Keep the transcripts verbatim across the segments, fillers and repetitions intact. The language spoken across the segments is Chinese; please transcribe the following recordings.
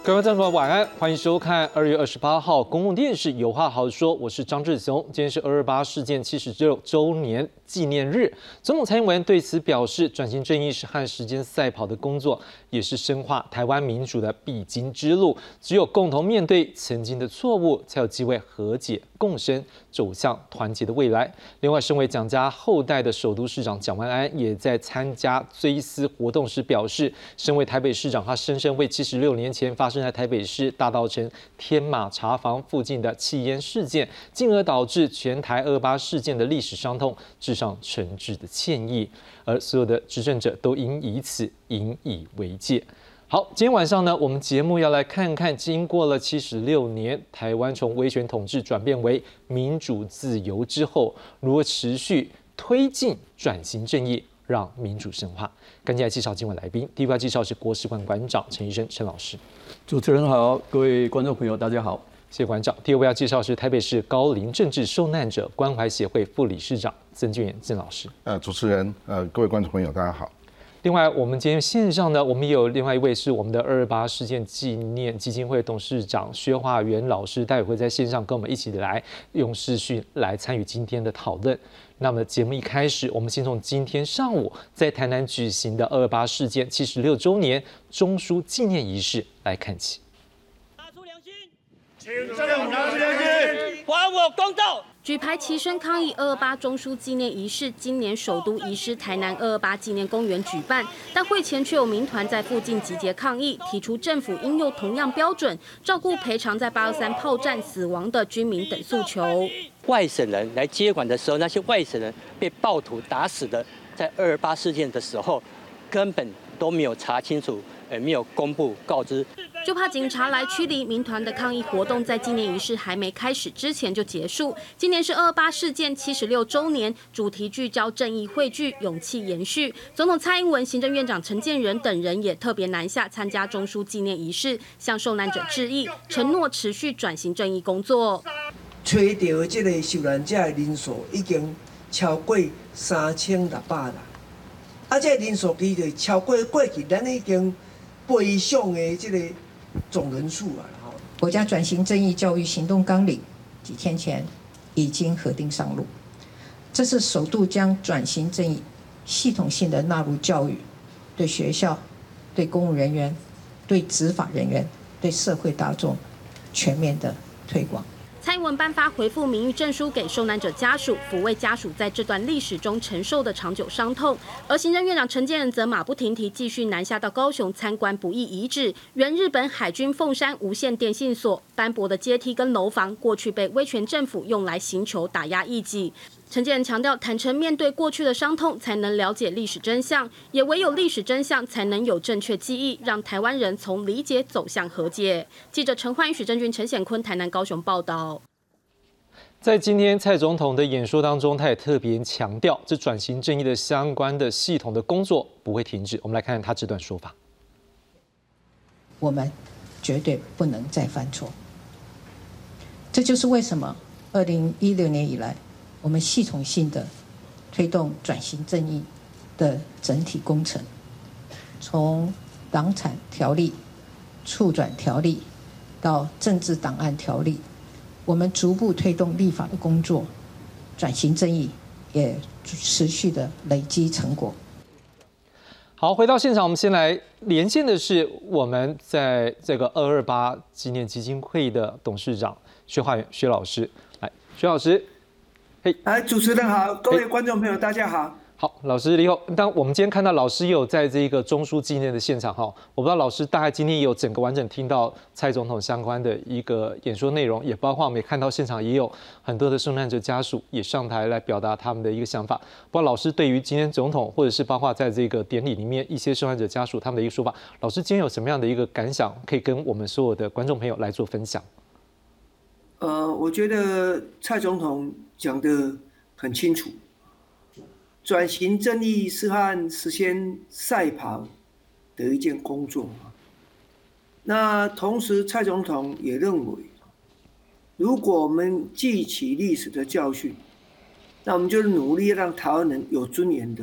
各位观众朋友，晚安，欢迎收看二月二十八号公共电视《有话好说》，我是张志雄。今天是二二八事件七十六周年纪念日，总统蔡英文对此表示，转型正义是和时间赛跑的工作，也是深化台湾民主的必经之路。只有共同面对曾经的错误，才有机会和解共生，走向团结的未来。另外，身为蒋家后代的首都市长蒋万安也在参加追思活动时表示，身为台北市长，他深深为七十六年前发生在台北市大稻埕天马茶坊附近的弃烟事件，进而导致全台二二八事件的历史伤痛，致上诚挚的歉意。而所有的执政者都应以此引以为戒。好，今天晚上呢，我们节目要来看看，经过了七十六年，台湾从威权统治转变为民主自由之后，如何持续推进转型正义，让民主深化。赶紧来介绍今晚来宾，第一位介绍是国史馆馆长陈医生陈老师。 主持人好，各位观众朋友，大家好， 谢谢馆长。第二位要介绍是台北市高龄政治受难者关怀协会副理事长曾俊源曾老师。 呃，主持人，呃，各位观众朋友，大家好。 另外，我们今天线上呢，我们也有另外一位是我们的二二八事件纪念基金会董事长薛化元老师，待会会在线上跟我们一起来用视讯来参与今天的讨论。那么节目一开始，我们先从今天上午在台南举行的二二八事件七十六周年中枢纪念仪式来看起。 拿出良心，请正拿出良心，还我公道。 举牌齐声抗议二二八中枢纪念仪式，今年首都移师台南二二八纪念公园举办，但会前却有民团在附近集结抗议，提出政府应用同样标准照顾赔偿在八二三炮战死亡的军民等诉求。 外省人来接管的时候，那些外省人被暴徒打死的，在二二八事件的时候，根本都没有查清楚，也没有公布告知。 就怕警察来驱离民团的抗议活动，在纪念仪式还没开始之前就结束。今年是二二八事件七十六周年，主题聚焦正义汇聚，勇气延续。总统蔡英文、行政院长陈建仁等人也特别南下参加中枢纪念仪式，向受难者致意，承诺持续转型正义工作。 找到这个受难者的人数已经超过三千六百人，啊，这个人数其实超过过去咱已经背上的这个总人数啊。 国家转型正义教育行动纲领几天前已经核定上路，这是首度将转型正义系统性的纳入教育，对学校、对公务人员、对执法人员、对社会大众全面的推广。 蔡英文颁发回复名誉证书给受难者家属，抚慰家属在这段历史中承受的长久伤痛。而行政院长陈建仁则马不停蹄，继续南下到高雄参观不义遗址，原日本海军凤山无线电信所单薄的阶梯跟楼房，过去被威权政府用来刑求打压异己。陈建仁强调，坦诚面对过去的伤痛，才能了解历史真相，也唯有历史真相，才能有正确记忆，让台湾人从理解走向和解。记者陈焕宇、许正军、陈显坤，台南、高雄报道。 在今天蔡总统的演说当中，他也特别强调，这转型正义的相关的系统的工作不会停止。我们来看看他这段说法： 我们绝对不能再犯错。这就是为什么二零一六年以来，我们系统性的推动转型正义的整体工程，从党产条例、促转条例到政治档案条例，我们逐步推动立法的工作，转型正义也持续的累积成果。 好，回到现场，我们先来连线的是我们在这个二二八纪念基金会的董事长薛化元薛老师。来，薛老师。 哎，主持人好，各位观众朋友，大家好。 好，老师你好。当我们今天看到老师也有在这个中枢纪念的现场哈，我不知道老师大概今天也有整个完整听到蔡总统相关的一个演说内容，也包括我们也看到现场也有很多的受难者家属也上台来表达他们的一个想法。不知道老师对于今天总统或者是包括在这个典礼里面一些受难者家属他们的一个说法，老师今天有什么样的一个感想，可以跟我们所有的观众朋友来做分享？ 呃，我觉得蔡总统讲得很清楚，转型正义是和实现赛跑的一件工作。那同时，蔡总统也认为，如果我们记起历史的教训，那我们就努力让台湾人有尊严的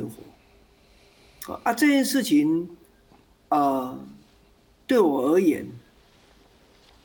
活。啊，这件事情啊、呃，对我而言，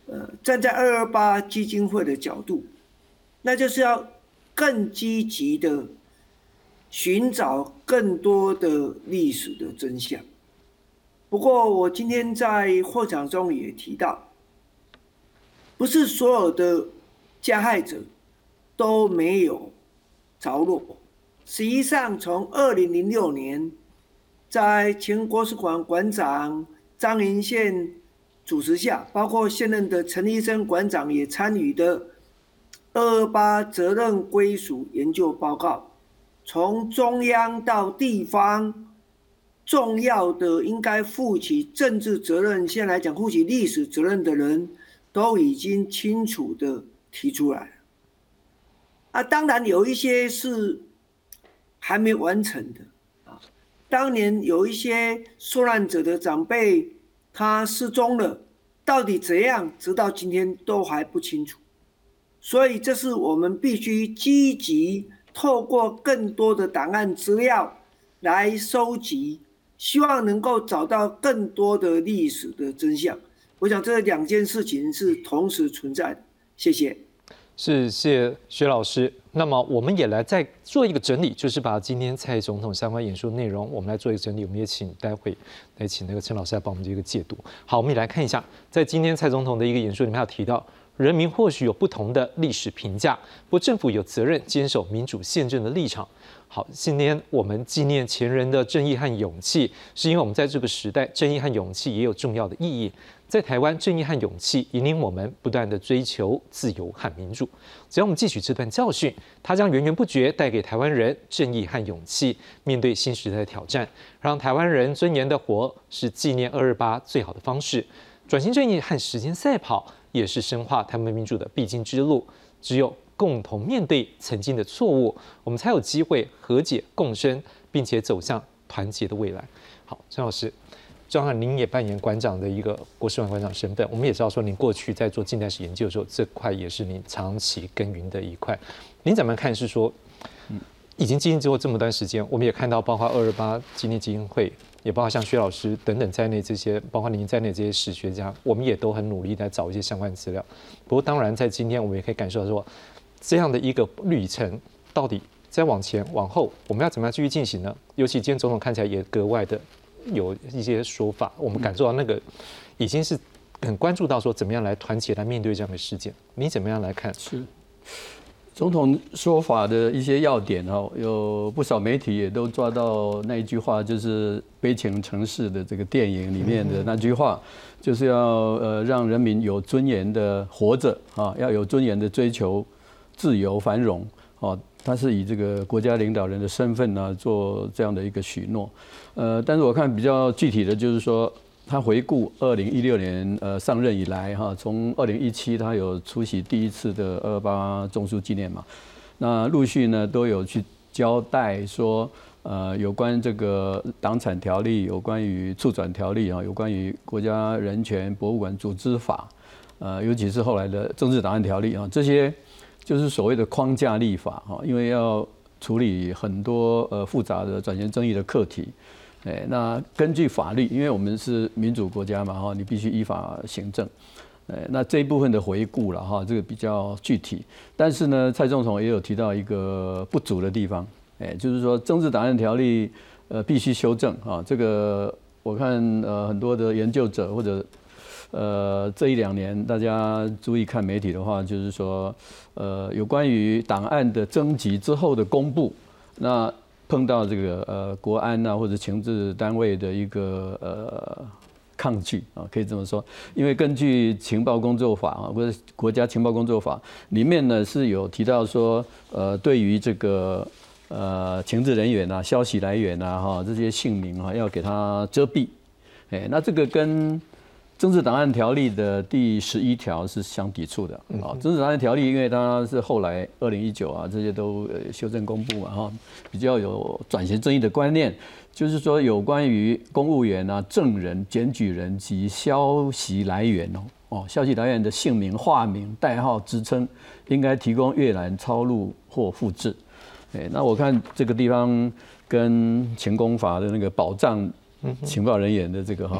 呃，站在二二八基金会的角度，那就是要更积极的寻找更多的历史的真相。不过，我今天在会场中也提到，不是所有的加害者都没有着落。实际上，从二零零六年，在前国史馆馆长张银宪主持下，包括现任的陈医生馆长也参与的二二八责任归属研究报告，从中央到地方。重要的应该负起政治责任，现在来讲负起历史责任的人，都已经清楚的提出来了。啊，当然有一些是还没完成的啊。当年有一些受难者的长辈他失踪了，到底怎样，直到今天都还不清楚。所以这是我们必须积极透过更多的档案资料来收集。希望能够找到更多的历史的真相。我想这两件事情是同时存在的。谢谢。 是，谢谢薛老师。那么我们也来再做一个整理，就是把今天蔡总统相关演说内容，我们来做一个整理。我们也请待会来请那个陈老师来帮我们做一个解读。好，我们也来看一下，在今天蔡总统的一个演说里面，有提到。人民或许有不同的历史评价，不过政府有责任坚守民主宪政的立场。好，今天我们纪念前人的正义和勇气，是因为我们在这个时代，正义和勇气也有重要的意义。在台湾，正义和勇气引领我们不断的追求自由和民主。只要我们汲取这段教训，它将源源不绝带给台湾人正义和勇气，面对新时代的挑战，让台湾人尊严的活，是纪念二二八最好的方式。转型正义和时间赛跑。也是深化台湾民主的必经之路。只有共同面对曾经的错误，我们才有机会和解共生，并且走向团结的未来。好，陈老师，正好您也扮演馆长的一个国史馆馆长身份，我们也知道说您过去在做近代史研究的时候，这块也是您长期耕耘的一块。您怎么看？是说，已经经历之后这么段时间，我们也看到，包括二二八纪念基金会。也包括像薛老师等等在内，这些包括您在内这些史学家，我们也都很努力在找一些相关资料。不过，当然在今天我们也可以感受到说，这样的一个旅程，到底再往前往后，我们要怎么样继续进行呢？尤其今天总统看起来也格外的有一些说法，我们感受到那个已经是很关注到说怎么样来团结来面对这样的事件。你怎么样来看？ 是。总统说法的一些要点哈，有不少媒体也都抓到那一句话，就是《悲情城市》的这个电影里面的那句话，就是要呃让人民有尊严的活着啊，要有尊严的追求自由繁荣啊。他是以这个国家领导人的身份呢做这样的一个许诺，呃，但是我看比较具体的就是说。他回顾二零一六年呃上任以来哈，从二零一七他有出席第一次的二二八中枢纪念嘛，那陆续呢都有去交代说，呃有关这个党产条例、有关于促转条例啊、有关于国家人权博物馆组织法，呃尤其是后来的政治档案条例啊，这些就是所谓的框架立法哈，因为要处理很多呃复杂的转型正义的课题。哎，那根据法律，因为我们是民主国家嘛，哈，你必须依法行政。哎，那这一部分的回顾了哈，这个比较具体。但是呢，蔡总统也有提到一个不足的地方，哎，就是说政治档案条例呃必须修正啊。这个我看呃很多的研究者或者呃这一两年大家注意看媒体的话，就是说呃有关于档案的征集之后的公布，那。碰到这个呃国安啊或者情治单位的一个呃抗拒啊，可以这么说，因为根据情报工作法啊或者国家情报工作法里面呢是有提到说，呃对于这个呃情治人员啊、消息来源啊哈这些姓名啊要给他遮蔽，哎，那这个跟政治档案条例的第十一条是相抵触的啊。政治档案条例因为它是后来二零一九啊这些都修正公布嘛哈，比较有转型正义的观念，就是说有关于公务员啊、证人、检举人及消息来源哦哦，消息来源的姓名、化名、代号、职称，应该提供阅览、抄录或复制。哎，那我看这个地方跟情公法的那个保障情报人员的这个哈。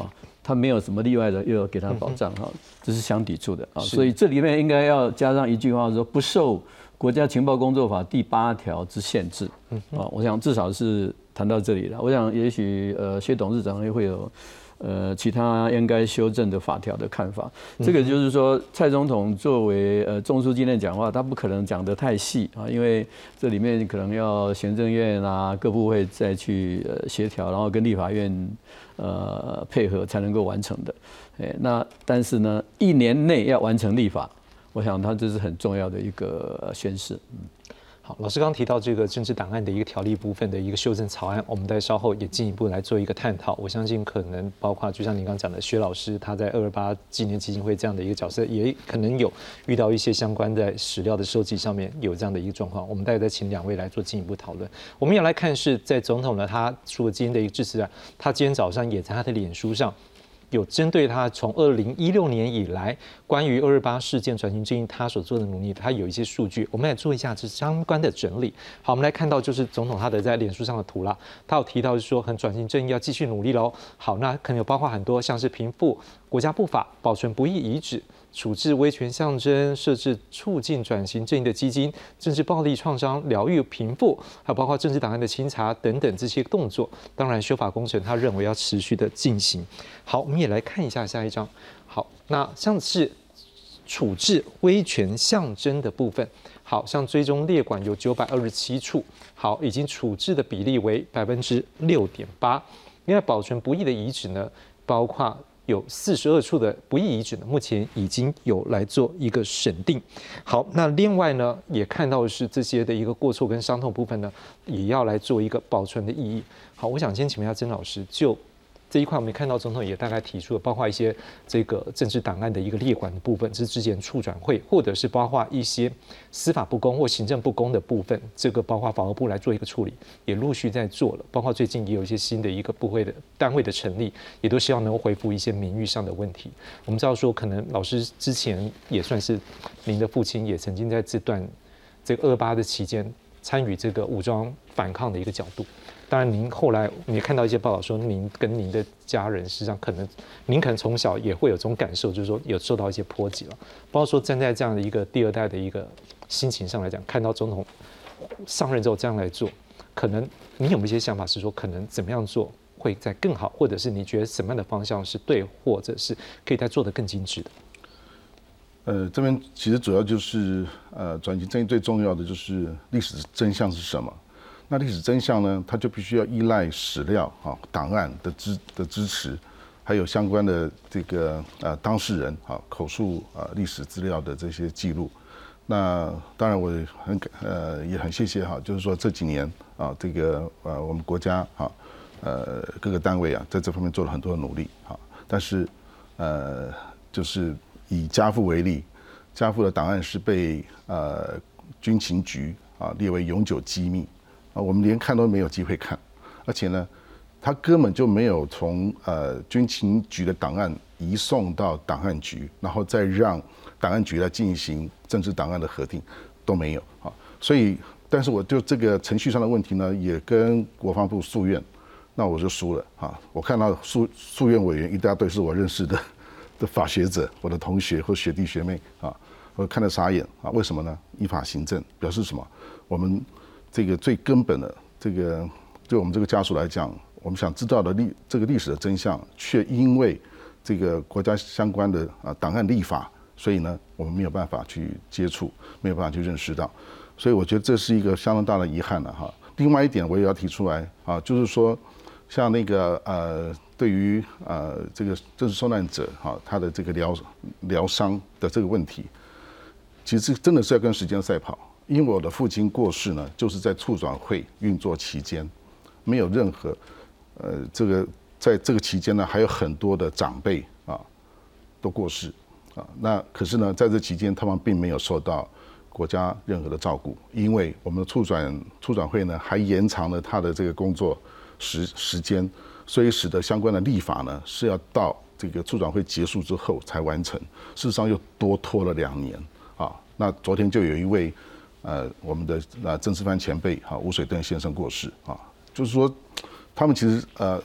他没有什么例外的，又要给他保障哈，这是相抵触的啊。所以这里面应该要加上一句话说，不受国家情报工作法第八条之限制啊。我想至少是谈到这里了。我想也许呃，谢董事长也会有。呃，其他应该修正的法条的看法，这个就是说，蔡总统作为呃中枢今天讲话，他不可能讲得太细啊，因为这里面可能要行政院啊各部会再去呃协调，然后跟立法院呃配合才能够完成的。哎，那但是呢，一年内要完成立法，我想他这是很重要的一个宣示。嗯。 好，老师刚刚提到这个政治档案的一个条例部分的一个修正草案，我们在稍后也进一步来做一个探讨。我相信可能包括就像您刚讲的，薛老师他在二二八纪念基金会这样的一个角色，也可能有遇到一些相关在史料的收集上面有这样的一个状况。我们待会再请两位来做进一步讨论。我们要来看是在总统呢，他除了今天的一个致辞啊，他今天早上也在他的脸书上。有针对他从二零一六年以来关于二二八事件转型正义他所做的努力，他有一些数据，我们来做一下这相关的整理。好，我们来看到就是总统他的在脸书上的图啦，他有提到是说，很转型正义要继续努力喽。好，那可能有包括很多像是平复国家不法、保存不义遗址、处置威权象征、设置促进转型正义的基金、政治暴力创伤疗愈平复，还有包括政治档案的清查等等这些动作。当然，修法工程他认为要持续的进行。好，我们也来看一下下一章。好，那像是处置威权象征的部分，好像追踪列管有九百二十七处，好，已经处置的比例为百分之六点八。另外，保存不义的遗址呢，包括有四十二处的不义遗址呢，目前已经有来做一个审定。好，那另外呢，也看到的是这些的一个过错跟伤痛部分呢，也要来做一个保存的意义。好，我想先请问一下曾老师，就这一块我们看到总统也大概提出了，包括一些这个政治档案的一个列管的部分，是之前促转会，或者是包括一些司法不公或行政不公的部分，这个包括法务部来做一个处理，也陆续在做了。包括最近也有一些新的一个部会的单位的成立，也都希望能够恢复一些名誉上的问题。我们知道说，可能老师之前也算是您的父亲，也曾经在这段这个二八的期间参与这个武装反抗的一个角度。当然，您后来你看到一些报道说，您跟您的家人，实际上可能您可能从小也会有这种感受，就是说有受到一些波及了。包括说站在这样的一个第二代的一个心情上来讲，看到总统上任之后这样来做，可能你有没有一些想法是说，可能怎么样做会再更好，或者是你觉得什么样的方向是对，或者是可以再做得更精致的？ 呃，这边其实主要就是呃，转型正义最重要的就是历史真相是什么。那历史真相呢，它就必须要依赖史料啊、档案的支的支持，还有相关的这个呃当事人啊口述啊历史资料的这些记录。那当然我很呃也很谢谢哈，就是说这几年啊这个呃我们国家啊呃各个单位啊在这方面做了很多的努力啊，但是呃就是以家父为例，家父的档案是被呃军情局啊列为永久机密。啊，我们连看都没有机会看，而且呢，他根本就没有从呃军情局的档案移送到档案局，然后再让档案局来进行政治档案的核定，都没有啊。所以，但是我就这个程序上的问题呢，也跟国防部诉愿，那我就输了啊。我看到诉诉愿委员一大堆是我认识的的法学者，我的同学或学弟学妹啊，我看得傻眼啊。为什么呢？依法行政表示什么？我们这个最根本的这个，对我们这个家属来讲，我们想知道的历这个历史的真相，却因为这个国家相关的啊档案立法，所以呢，我们没有办法去接触，没有办法去认识到，所以我觉得这是一个相当大的遗憾了哈。另外一点，我也要提出来啊，就是说，像那个呃，对于呃这个政治受难者哈，他的这个疗疗伤的这个问题，其实真的是要跟时间赛跑。因为我的父亲过世呢，就是在促转会运作期间，没有任何，呃，这个在这个期间呢，还有很多的长辈啊都过世啊。那可是呢，在这期间，他们并没有受到国家任何的照顾，因为我们的促转促转会呢，还延长了他的这个工作时时间，所以使得相关的立法呢是要到这个促转会结束之后才完成，事实上又多拖了两年啊。那昨天就有一位。呃，我们的呃曾志藩前辈哈吴水登先生过世啊，就是说，他们其实呃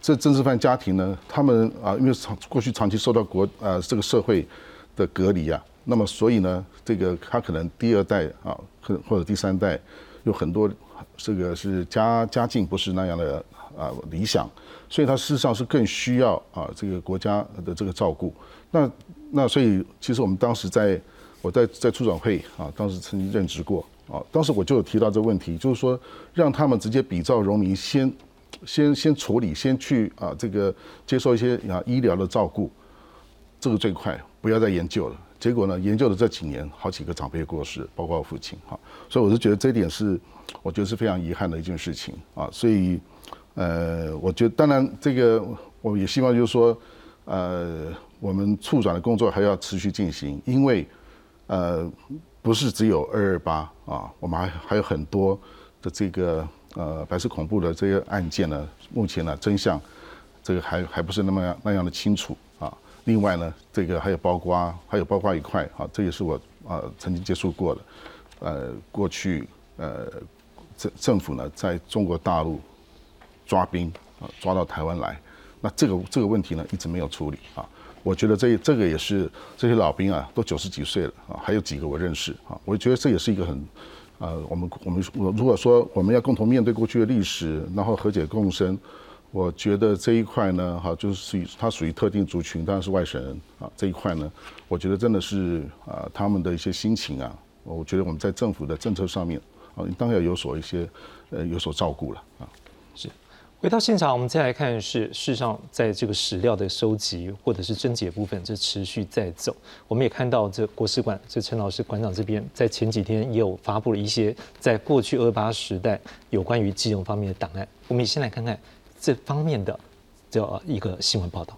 这政治犯家庭呢，他们啊，因为长过去长期受到国呃这个社会的隔离啊，那么所以呢，这个他可能第二代啊，可或者第三代有很多这个是家家境不是那样的啊理想，所以他事实上是更需要啊这个国家的这个照顾。那那所以其实我们当时在我在在出转会啊，当时曾经任职过啊，当时我就有提到这个问题，就是说让他们直接比照荣民先。先先处理，先去啊，这个接受一些啊医疗的照顾，这个最快，不要再研究了。结果呢，研究了这几年，好几个长辈过世，包括我父亲哈，所以我是觉得这一点是，我觉得是非常遗憾的一件事情啊。所以，呃，我觉得当然这个我也希望就是说，呃，我们促转的工作还要持续进行，因为呃，不是只有二二八啊，我们还还有很多的这个。呃，白色恐怖的这些案件呢，目前呢真相，这个还还不是那么样那样的清楚啊。另外呢，这个还有包括还有包括一块啊，这也是我啊曾经接触过的，呃，过去呃政政府呢在中国大陆抓兵啊，抓到台湾来，那这个这个问题呢一直没有处理啊。我觉得这这个也是这些老兵啊，都九十几岁了啊，还有几个我认识啊，我觉得这也是一个很。呃，我们我们如果说我们要共同面对过去的历史，然后和解共生，我觉得这一块呢，哈，就是属于它属于特定族群，当然是外省人啊这一块呢，我觉得真的是啊他们的一些心情啊，我觉得我们在政府的政策上面啊，当然要有所一些呃有所照顾了啊。 是。回到现场，我们再来看是，事实上，在这个史料的收集或者是侦解部分，这持续在走。我们也看到，这国史馆这陈老师馆长这边，在前几天也有发布了一些在过去二八时代有关于基隆方面的档案。我们也先来看看这方面的这一个新闻报道。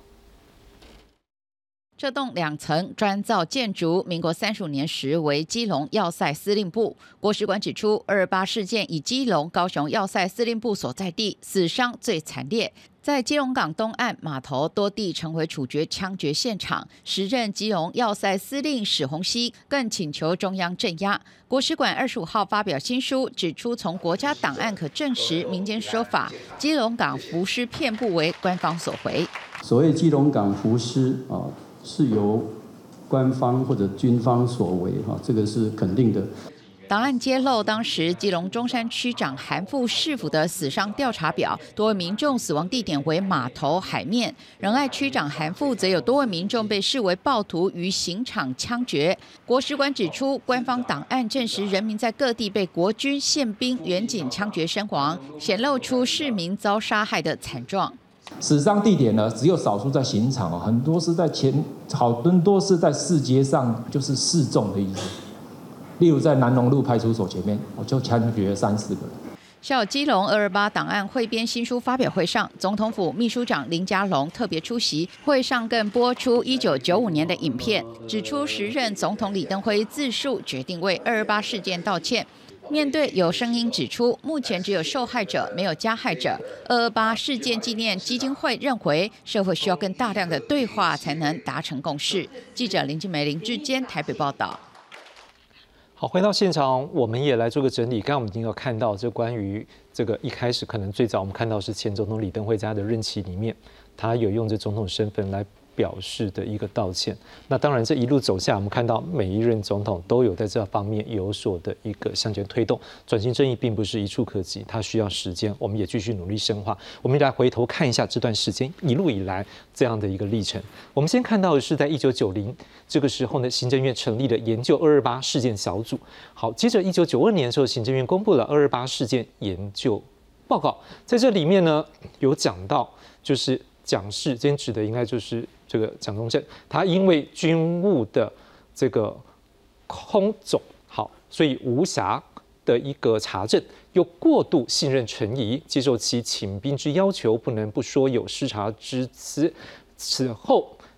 这栋两层砖造建筑，民国三十五年时为基隆要塞司令部。国史馆指出，二二八事件以基隆、高雄要塞司令部所在地死伤最惨烈，在基隆港东岸码头多地成为处决枪决现场。时任基隆要塞司令史鸿溪更请求中央镇压。国史馆二十五号发表新书，指出从国家档案可证实民间说法，基隆港浮尸遍布为官方所回。 所谓基隆港浮尸啊。是由官方或者军方所为，哈，这个是肯定的。 档案揭露，当时基隆中山区长韩复市府的死伤调查表，多位民众死亡地点为码头海面；仁爱区长韩复则有多位民众被视为暴徒于刑场枪决。国史馆指出，官方档案证实人民在各地被国军、宪兵、远警枪决身亡，显露出市民遭杀害的惨状。 死伤地点呢，只有少数在刑场哦，很多是在前，好多是在市街上，就是示众的意思。例如在南龙路派出所前面，我就枪决了三四个人。 校基隆二二八档案汇编新书发表会上，总统府秘书长林佳龙特别出席，会上更播出一九九五年的影片，指出时任总统李登辉自述决定为二二八事件道歉。面对有声音指出，目前只有受害者，没有加害者，二二八事件纪念基金会认为，社会需要更大量的对话才能达成共识。记者林静梅、林志坚台北报道。 好，回到现场，我们也来做个整理。刚刚我们已经有看到，这关于这个一开始可能最早我们看到是前总统李登辉在他的任期里面，他有用这总统身份来表示的一个道歉。那当然，这一路走下，我们看到每一任总统都有在这方面有所的一个向前推动。转型正义并不是一触可及，它需要时间，我们也继续努力深化。我们来回头看一下这段时间一路以来这样的一个历程。我们先看到的是在一九九零这个时候呢，行政院成立了研究二二八事件小组。好，接着一九九二年的时候，行政院公布了二二八事件研究报告，在这里面呢有讲到，就是蒋氏，今天指的应该就是这个蒋中正，他因为军务的这个空总好，所以无暇的一个查证，又过度信任陈仪，接受其请兵之要求，不能不说有失察之词。此后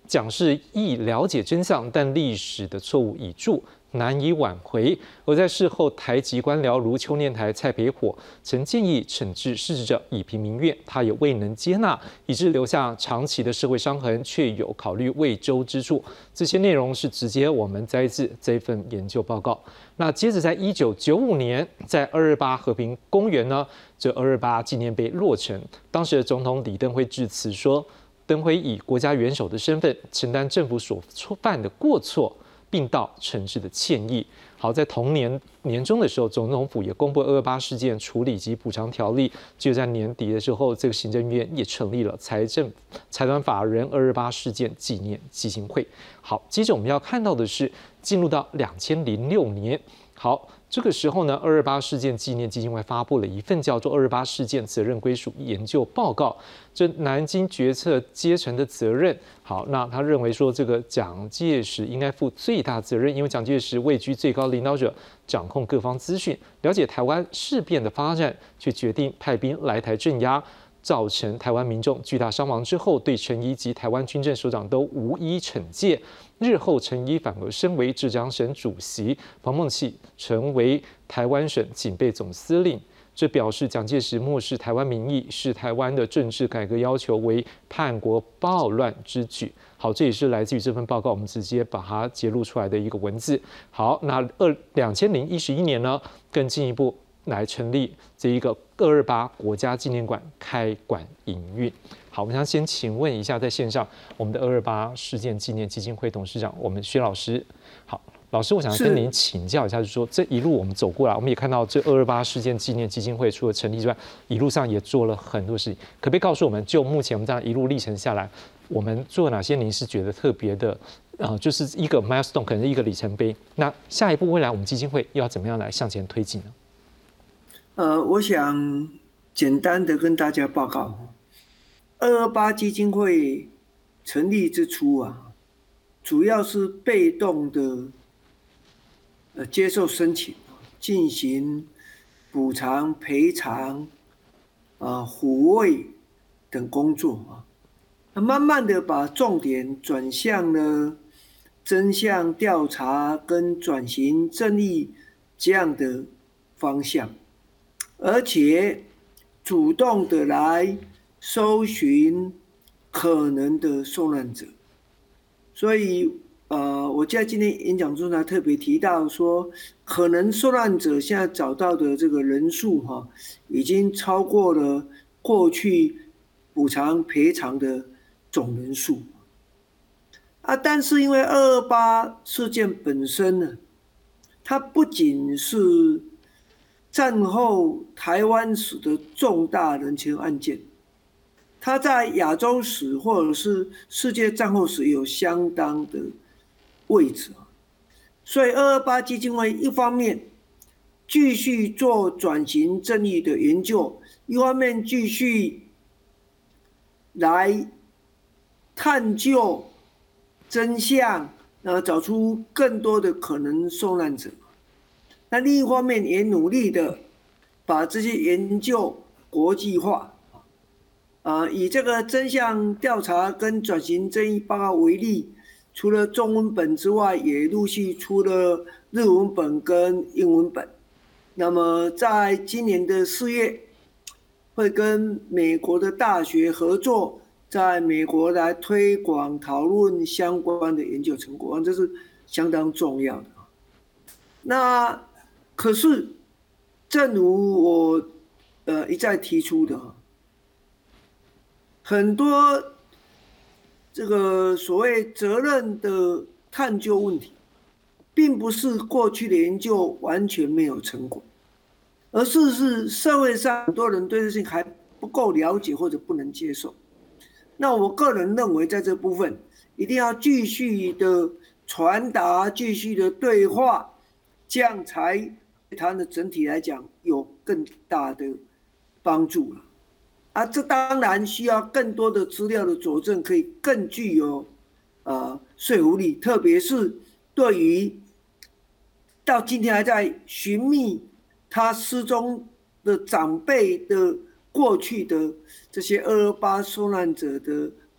蒋氏亦了解真相，但历史的错误已著，难以挽回。而在事后，台籍官僚如邱念台、蔡培火曾建议惩治逝者以平民怨，他也未能接纳，以致留下长期的社会伤痕，却有考虑未周之处。这些内容是直接我们摘自这份研究报告。那接着，在一九九五年，在二二八和平公园呢，这二二八纪念碑落成，当时的总统李登辉致辞说，登辉以国家元首的身份承担政府所犯的过错，并道诚挚的歉意。好，在同年年中的时候，总统府也公布二二八事件处理及补偿条例。就在年底的时候，这个行政院也成立了财政财团法人二二八事件纪念基金会。好，接着我们要看到的是，进入到两千零六年。好，这个时候呢，二二八事件纪念基金会发布了一份叫做《二二八事件责任归属研究报告》，这南京决策阶层的责任。好，那他认为说，这个蒋介石应该负最大责任，因为蒋介石位居最高领导者，掌控各方资讯，了解台湾事变的发展，却决定派兵来台镇压，造成台湾民众巨大伤亡之后，对陈仪及台湾军政首长都无一惩戒。日后陈仪反而升为浙江省主席，黄孟启成为台湾省警备总司令。这表示蒋介石漠视台湾民意，视台湾的政治改革要求为叛国暴乱之举。好，这也是来自于这份报告，我们直接把它揭露出来的一个文字。好，那二两千零一十一年呢，更进一步来成立这一个二二八国家纪念馆开馆营运。好，我们想先请问一下，在线上我们的二二八事件纪念基金会董事长，我们薛老师。好，老师，我想跟您请教一下，就是说这一路我们走过来，我们也看到这二二八事件纪念基金会除了成立之外，一路上也做了很多事情。可不可以告诉我们，就目前我们这样一路历程下来，我们做了哪些？您是觉得特别的，呃，就是一个 milestone， 可能是一个里程碑。那下一步未来我们基金会又要怎么样来向前推进呢？ 呃，我想简单的跟大家报告。二二八基金会成立之初啊，主要是被动的呃接受申请，进行补偿、赔偿、啊抚慰等工作啊。那慢慢的把重点转向了真相调查跟转型正义这样的方向，而且主动的来搜寻可能的受难者，所以呃，我在今天演讲中呢特别提到说，可能受难者现在找到的这个人数哈、啊，已经超过了过去补偿赔偿的总人数啊。但是因为二二八事件本身呢，它不仅是战后台湾史的重大人权案件，它在亚洲史或者是世界战后史有相当的位置，所以二二八基金会一方面继续做转型正义的研究，一方面继续来探究真相，呃，找出更多的可能受难者。那另一方面也努力的把这些研究国际化。啊、呃，以这个真相调查跟转型正义报告为例，除了中文本之外，也陆续出了日文本跟英文本。那么在今年的四月，会跟美国的大学合作，在美国来推广讨论相关的研究成果，这是相当重要的。那可是，正如我呃一再提出的，很多这个所谓责任的探究问题，并不是过去的研究完全没有成果，而是是社会上很多人对这事情还不够了解或者不能接受。那我个人认为，在这部分一定要继续的传达，继续的对话，这样才对台湾的整体来讲有更大的帮助了。啊，这当然需要更多的资料的佐证，可以更具有呃说服力，特别是对于到今天还在寻觅他失踪的长辈的过去的这些二二八受难者的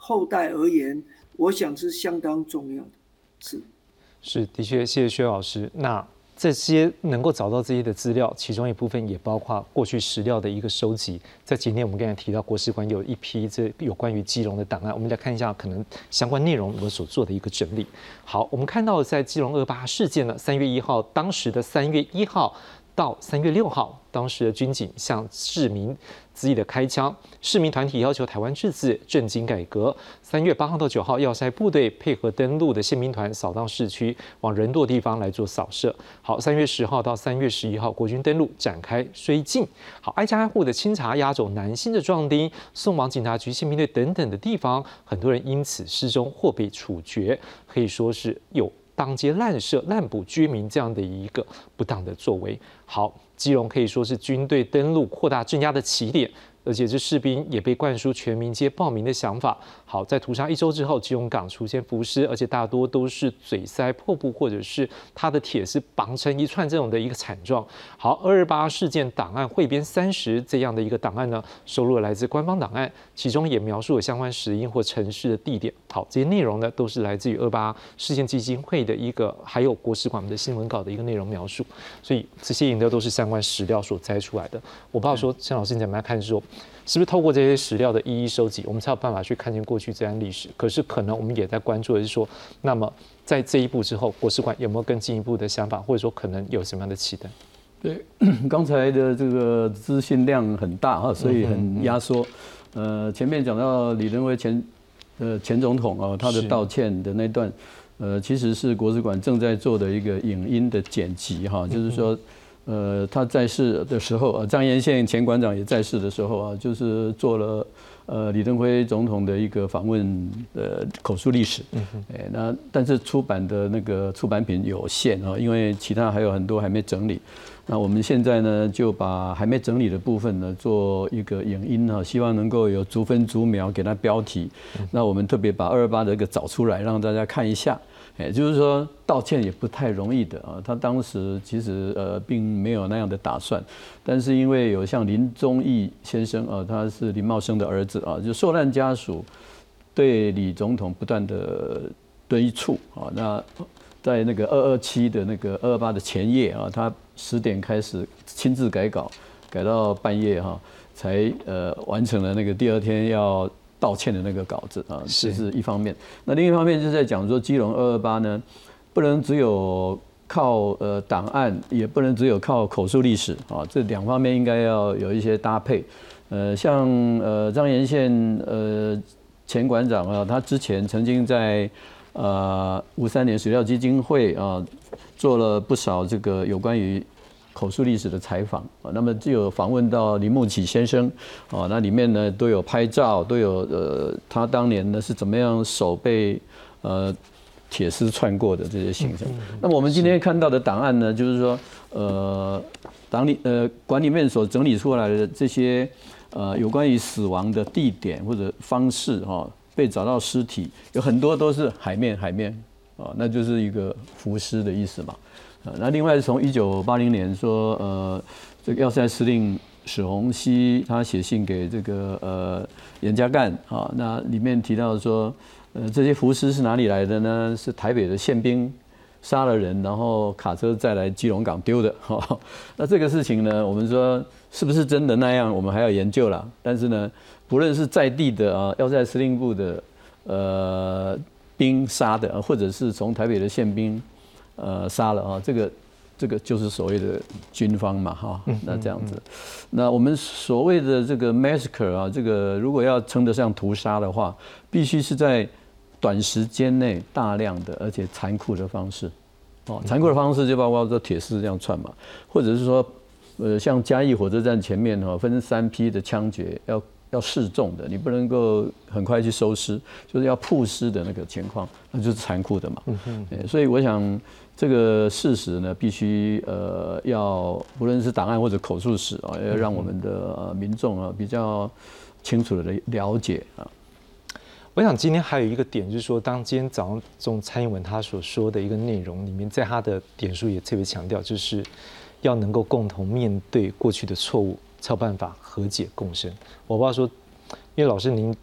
后代而言，我想是相当重要的。是， 是，的确，谢谢薛老师。那这些能够找到这些的资料，其中一部分也包括过去史料的一个收集。在今天我们刚才提到，国史馆有一批这有关于基隆的档案，我们来看一下可能相关内容我们所做的一个整理。好，我们看到在基隆二八事件呢，三月一号，当时的三月一号到三月六号，当时的军警向市民恣意的开枪，市民团体要求台湾治治、政经改革。三月八号到九号，要塞部队配合登陆的宪兵团扫荡市区，往人多地方来做扫射。好，三月十号到三月十一号，国军登陆展开绥靖。好，挨家挨户的清查押走男性的壮丁，送往警察局、宪兵队等等的地方，很多人因此失踪或被处决，可以说是有当街滥射、滥捕居民这样的一个不当的作为。好，基隆可以说是军队登陆扩大镇压的起点，而且这士兵也被灌输全民皆报名的想法。好，在屠杀一周之后，基隆港出现浮尸，而且大多都是嘴塞破布，或者是它的铁是绑成一串这种的一个惨状。好，二二八事件档案汇编三十这样的一个档案呢，收录了来自官方档案，其中也描述了相关时因或城市的地点。好，这些内容呢，都是来自于二八事件基金会的一个，还有国史馆的新闻稿的一个内容描述。所以这些影的都是相关史料所摘出来的。我不知道说，陈老师你怎么样看说？是不是透过这些史料的一一收集，我们才有办法去看见过去这段历史？可是可能我们也在关注的是说，那么在这一步之后，国史馆有没有更进一步的想法，或者说可能有什么样的期待？ 对，刚才的这个资讯量很大哈，所以很压缩。呃，前面讲到李登辉前呃前总统啊，他的道歉的那段，呃，其实是国史馆正在做的一个影音的剪辑哈，就是说。呃，他在世的时候，呃，张延宪前馆长也在世的时候啊，就是做了呃李登辉总统的一个访问的口述历史。嗯哎，那但是出版的那个出版品有限啊，因为其他还有很多还没整理。那我们现在呢，就把还没整理的部分呢，做一个影音啊，希望能够有逐分逐秒给它标题。那我们特别把二二八的一个找出来，让大家看一下。也就是说，道歉也不太容易的啊。他当时其实呃并没有那样的打算，但是因为有像林宗义先生啊，他是林茂生的儿子啊，就受难家属对李总统不断的敦促啊。那在那个二二七的那个二二八的前夜啊，他十点开始亲自改稿，改到半夜哈、啊，才呃完成了那个第二天要道歉的那个稿子啊，这是一方面。那另一方面就是在讲说，基隆二二八呢，不能只有靠呃档案，也不能只有靠口述历史啊，这两方面应该要有一些搭配。呃，像呃张延宪呃前馆长啊，他之前曾经在呃五三年史料基金会啊做了不少这个有关于口述历史的采访啊，那么就有访问到林木启先生啊，那里面呢都有拍照，都有呃他当年呢是怎么样手被呃铁丝穿过的这些形象。那么我们今天看到的档案呢，就是说呃党里呃馆里面所整理出来的这些呃有关于死亡的地点或者方式哈、哦，被找到尸体有很多都是海面海面啊，那就是一个浮尸的意思嘛。那另外从一九八零年说，呃，这个要塞司令史鸿溪他写信给这个呃严家淦啊，那里面提到说，呃，这些浮尸是哪里来的呢？是台北的宪兵杀了人，然后卡车再来基隆港丢的。哈，那这个事情呢，我们说是不是真的那样，我们还要研究啦。但是呢，不论是在地的啊要塞司令部的呃兵杀的，或者是从台北的宪兵。呃，杀了啊，这个这个就是所谓的军方嘛，哈，那这样子，那我们所谓的这个 massacre 啊，这个如果要称得上屠杀的话，必须是在短时间内大量的而且残酷的方式，哦，残酷的方式就包括说铁丝这样串嘛，或者是说，呃，像嘉义火车站前面哈，分三批的枪决要。要示众的，你不能够很快去收尸，就是要曝尸的那个情况，那就是残酷的嘛。嗯、所以我想这个事实呢，必须呃要不论是档案或者口述史啊，要让我们的、呃、民众啊比较清楚的了解啊。 我想今天还有一个点，就是说，当今天早上中蔡英文他所说的一个内容里面，在他的点数也特别强调，就是要能够共同面对过去的错误。才有办法和解共生。我不知道说，因为老师您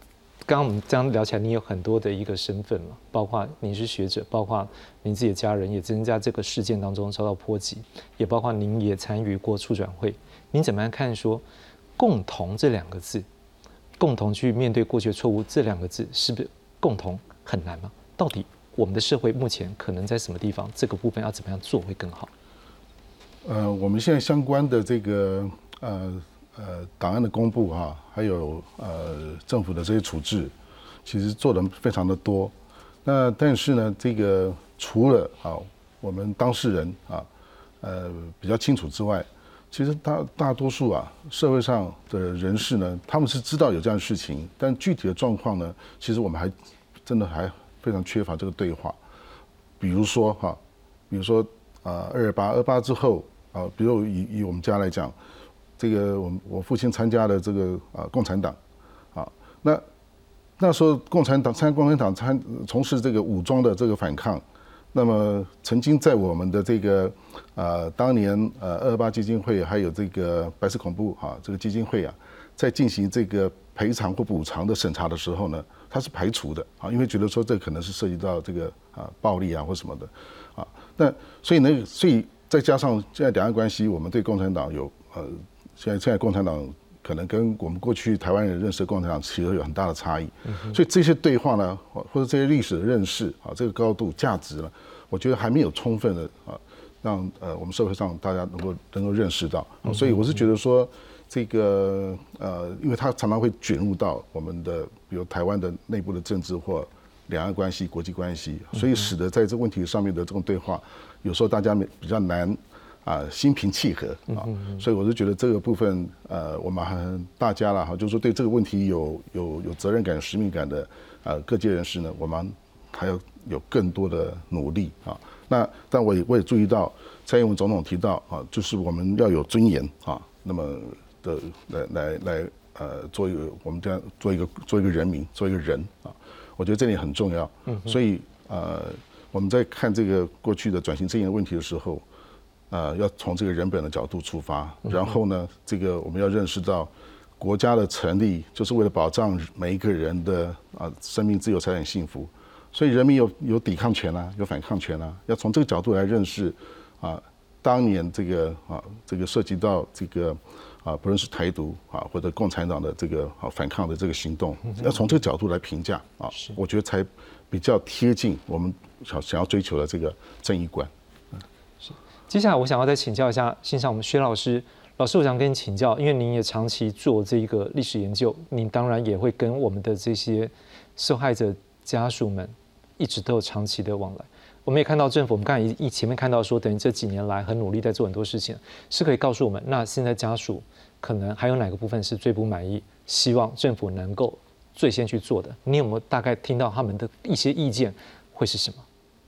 刚刚我们这样聊起来，你有很多的一个身份嘛，包括你是学者，包括您自己的家人也曾在这个事件当中遭到波及，也包括您也参与过促转会。您怎么样看说“共同”这两个字，共同去面对过去的错误这两个字，是不是共同很难吗？到底我们的社会目前可能在什么地方？这个部分要怎么样做会更好？ 呃，我们现在相关的这个呃呃档案的公布哈、啊，还有呃政府的这些处置，其实做的非常的多。那但是呢，这个除了啊我们当事人啊呃比较清楚之外，其实大大多数啊社会上的人士呢，他们是知道有这样的事情，但具体的状况呢，其实我们还真的还非常缺乏这个对话。比如说哈、啊，比如说啊二二八二八之后啊，比如以以我们家来讲，这个我我父亲参加的这个啊共产党啊，那那时候共产党参加共产党参从事这个武装的这个反抗，那么曾经在我们的这个呃当年呃二二八基金会还有这个白色恐怖啊这个基金会啊，在进行这个赔偿或补偿的审查的时候呢，它是排除的啊，因为觉得说这可能是涉及到这个啊暴力啊或什么的啊，那所以呢，所以再加上现在两岸关系，我们对共产党有呃现在现在共产党可能跟我们过去台湾人认识的共产党其实有很大的差异，所以这些对话呢，或者这些历史的认识啊，这个高度价值呢，我觉得还没有充分的啊，让呃我们社会上大家能够能够认识到，所以我是觉得说这个呃，因为它常常会卷入到我们的比如台湾的内部的政治或两岸关系、国际关系，所以使得在这个问题上面的这种对话，有时候大家比较难。啊，心平气和啊，所以我是觉得这个部分，呃，我们还大家啦哈，就是说对这个问题有有有责任感、有使命感的呃各界人士呢，我们还要有更多的努力啊。那但我也我也注意到蔡英文总统提到啊，就是我们要有尊严啊，那么的来来来呃，做一个我们这样做一个做一个人民，做一个人啊，我觉得这点很重要。所以呃，我们在看这个过去的转型正义的问题的时候。呃，要从这个人本的角度出发，然后呢，这个我们要认识到，国家的成立就是为了保障每一个人的啊生命、自由、财产、幸福，所以人民有有抵抗权啊，有反抗权啊，要从这个角度来认识啊，当年这个啊这个涉及到这个啊不论是台独啊或者共产党的这个啊反抗的这个行动，要从这个角度来评价啊，我觉得才比较贴近我们想想要追求的这个正义观。 接下来我想要再请教一下线上我们薛老师，老师我想跟你请教，因为您也长期做这个历史研究，您当然也会跟我们的这些受害者家属们一直都有长期的往来。我们也看到政府，我们刚才一前面看到说，等于这几年来很努力在做很多事情，是可以告诉我们，那现在家属可能还有哪个部分是最不满意，希望政府能够最先去做的？你有没有大概听到他们的一些意见会是什么？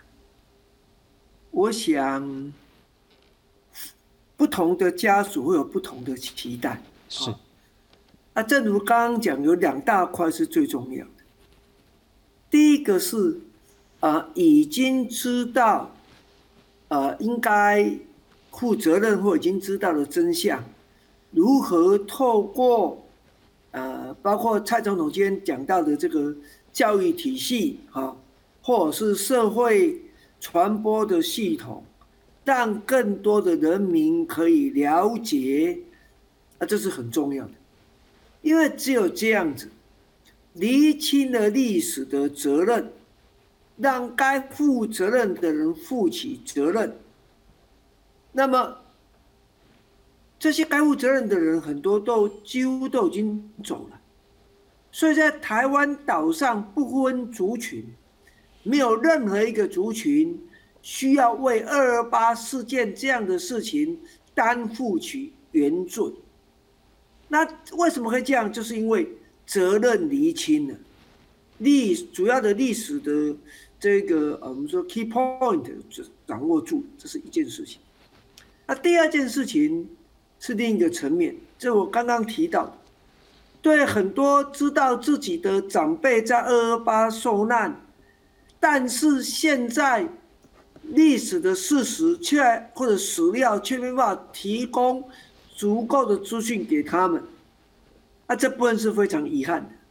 我想。不同的家属会有不同的期待， 是。 啊，正如刚刚讲，有两大块是最重要的。第一个是，啊，已经知道，呃，应该负责任或已经知道的真相，如何透过，呃，包括蔡总统今天讲到的这个教育体系啊，或者是社会传播的系统。让更多的人民可以了解，啊，这是很重要的，因为只有这样子，厘清了历史的责任，让该负责任的人负起责任。那么，这些该负责任的人很多都几乎都已经走了，所以在台湾岛上不分族群，没有任何一个族群。需要为二二八事件这样的事情担负起原罪。那为什么会这样？就是因为责任厘清了，历主要的历史的这个我们说 key point 掌握住，这是一件事情。那第二件事情是另一个层面，这我刚刚提到的，对很多知道自己的长辈在二二八受难，但是现在。历史的事实却或者史料却没办法提供足够的资讯给他们，啊，这部分是非常遗憾的。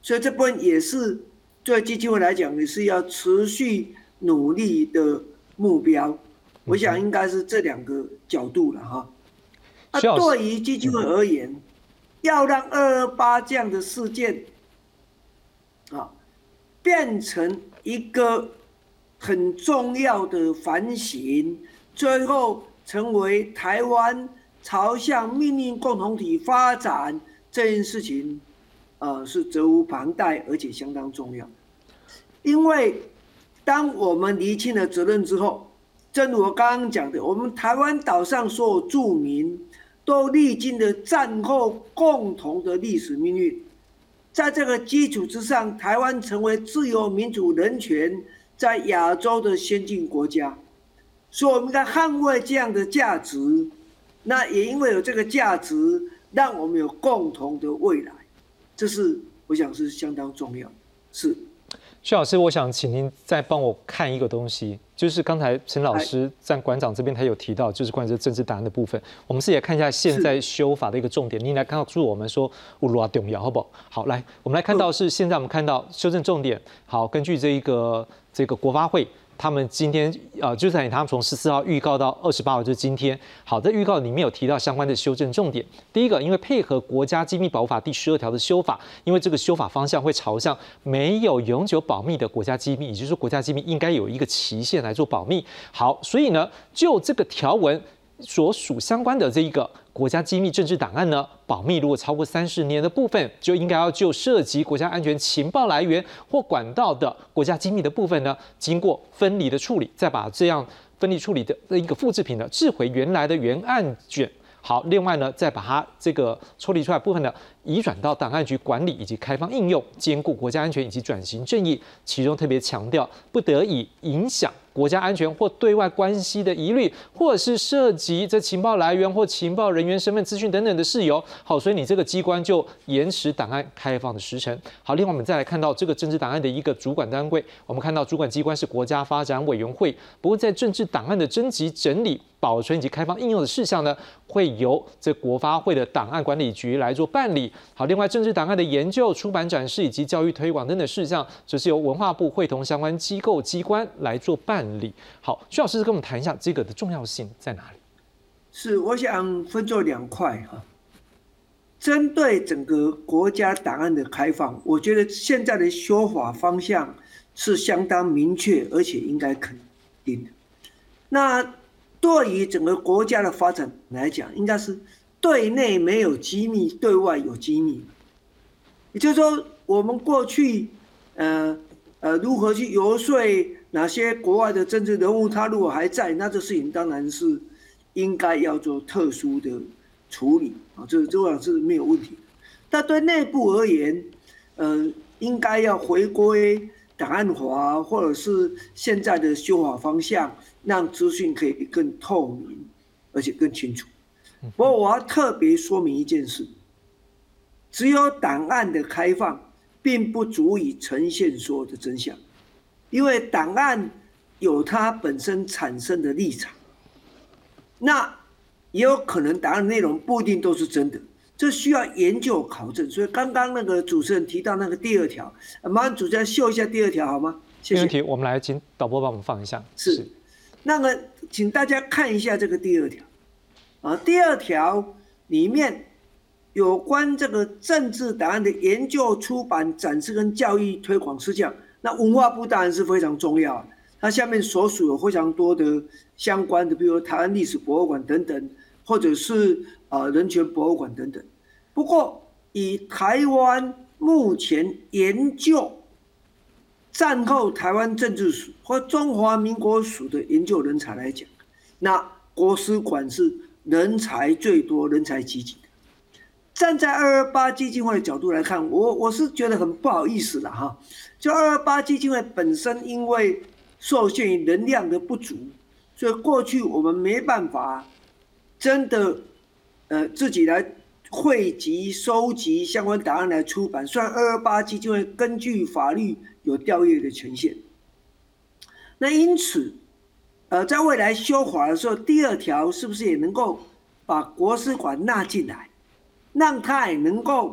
所以这部分也是对基金会来讲，也是要持续努力的目标。我想应该是这两个角度了哈。啊，对于基金会而言，要让二二八这样的事件，啊，变成一个很重要的反省，最后成为台湾朝向命运共同体发展这件事情，呃，是责无旁贷，而且相当重要。因为当我们厘清了责任之后，正如我刚刚讲的，我们台湾岛上所有住民都历经了战后共同的历史命运，在这个基础之上，台湾成为自由、民主、人权在亚洲的先进国家，所以我们应该捍卫这样的价值。那也因为有这个价值，让我们有共同的未来，这是我想是相当重要的。是。 徐老师，我想请您再帮我看一个东西，就是刚才陈老师在馆长这边他有提到，就是关于这政治档案的部分。我们是也看一下现在修法的一个重点，您来告诉我们说有多重要，好不好？好，来，我们来看到是现在我们看到修正重点。好，根据这一个这个国发会。他们今天呃，就在他们从十四号预告到二十八号，就是今天。好，在预告里面有提到相关的修正重点。第一个，因为配合国家机密保护法第十二条的修法，因为这个修法方向会朝向没有永久保密的国家机密，也就是说国家机密应该有一个期限来做保密。好，所以呢，就这个条文所属相关的这一个国家机密政治档案呢，保密如果超过三十年的部分，就应该要就涉及国家安全情报来源或管道的国家机密的部分呢，经过分离的处理，再把这样分离处理的一个复制品呢，制回原来的原案卷。好，另外呢，再把它这个抽离出来部分呢，移转到档案局管理以及开放应用，兼顾国家安全以及转型正义。其中特别强调，不得以影响国家安全或对外关系的疑虑，或者是涉及这情报来源或情报人员身份资讯等等的事由。好，所以你这个机关就延迟档案开放的时程。好，另外我们再来看到这个政治档案的一个主管单位，我们看到主管机关是国家发展委员会，不过在政治档案的征集、整理、保存以及开放应用的事项呢，会由这国发会的档案管理局来做办理。好，另外政治档案的研究、出版、展示以及教育推广等等事项，则是由文化部会同相关机构机关来做办理。好，徐老师跟我们谈一下这个的重要性在哪里？ 是，我想分作两块哈。针对整个国家档案的开放，我觉得现在的修法方向是相当明确，而且应该肯定的。那对于整个国家的发展来讲，应该是对内没有机密，对外有机密。也就是说，我们过去呃呃如何去游说哪些国外的政治人物，他如果还在，那这事情当然是应该要做特殊的处理啊，这这样是没有问题的。但对内部而言，呃，应该要回归档案法，或者是现在的修法方向，让资讯可以更透明，而且更清楚。不过我要特别说明一件事：只有档案的开放，并不足以呈现所有的真相，因为档案有它本身产生的立场，那也有可能档案内容不一定都是真的。这需要研究考证，所以刚刚那个主持人提到那个第二条，麻烦主持人秀一下第二条好吗？谢谢。 没问题，我们来请导播帮我们放一下。 是，是那个请大家看一下这个第二条，啊，第二条里面有关这个政治档案的研究、出版、展示跟教育推广事项，那文化部当然是非常重要，它下面所属有非常多的相关的，比如台湾历史博物馆等等，或者是呃人权博物馆等等。不过以台湾目前研究战后台湾政治史或中华民国史的研究人才来讲，那国史馆是人才最多、人才济济的。站在二二八基金会的角度来看，我我是觉得很不好意思了哈。就二二八基金会本身因为受限于能量的不足，所以过去我们没办法真的呃自己来汇集、收集相关档案来出版。虽然二二八基金会根据法律有调阅的权限，那因此，呃，在未来修法的时候，第二条是不是也能够把国史馆纳进来，让它也能够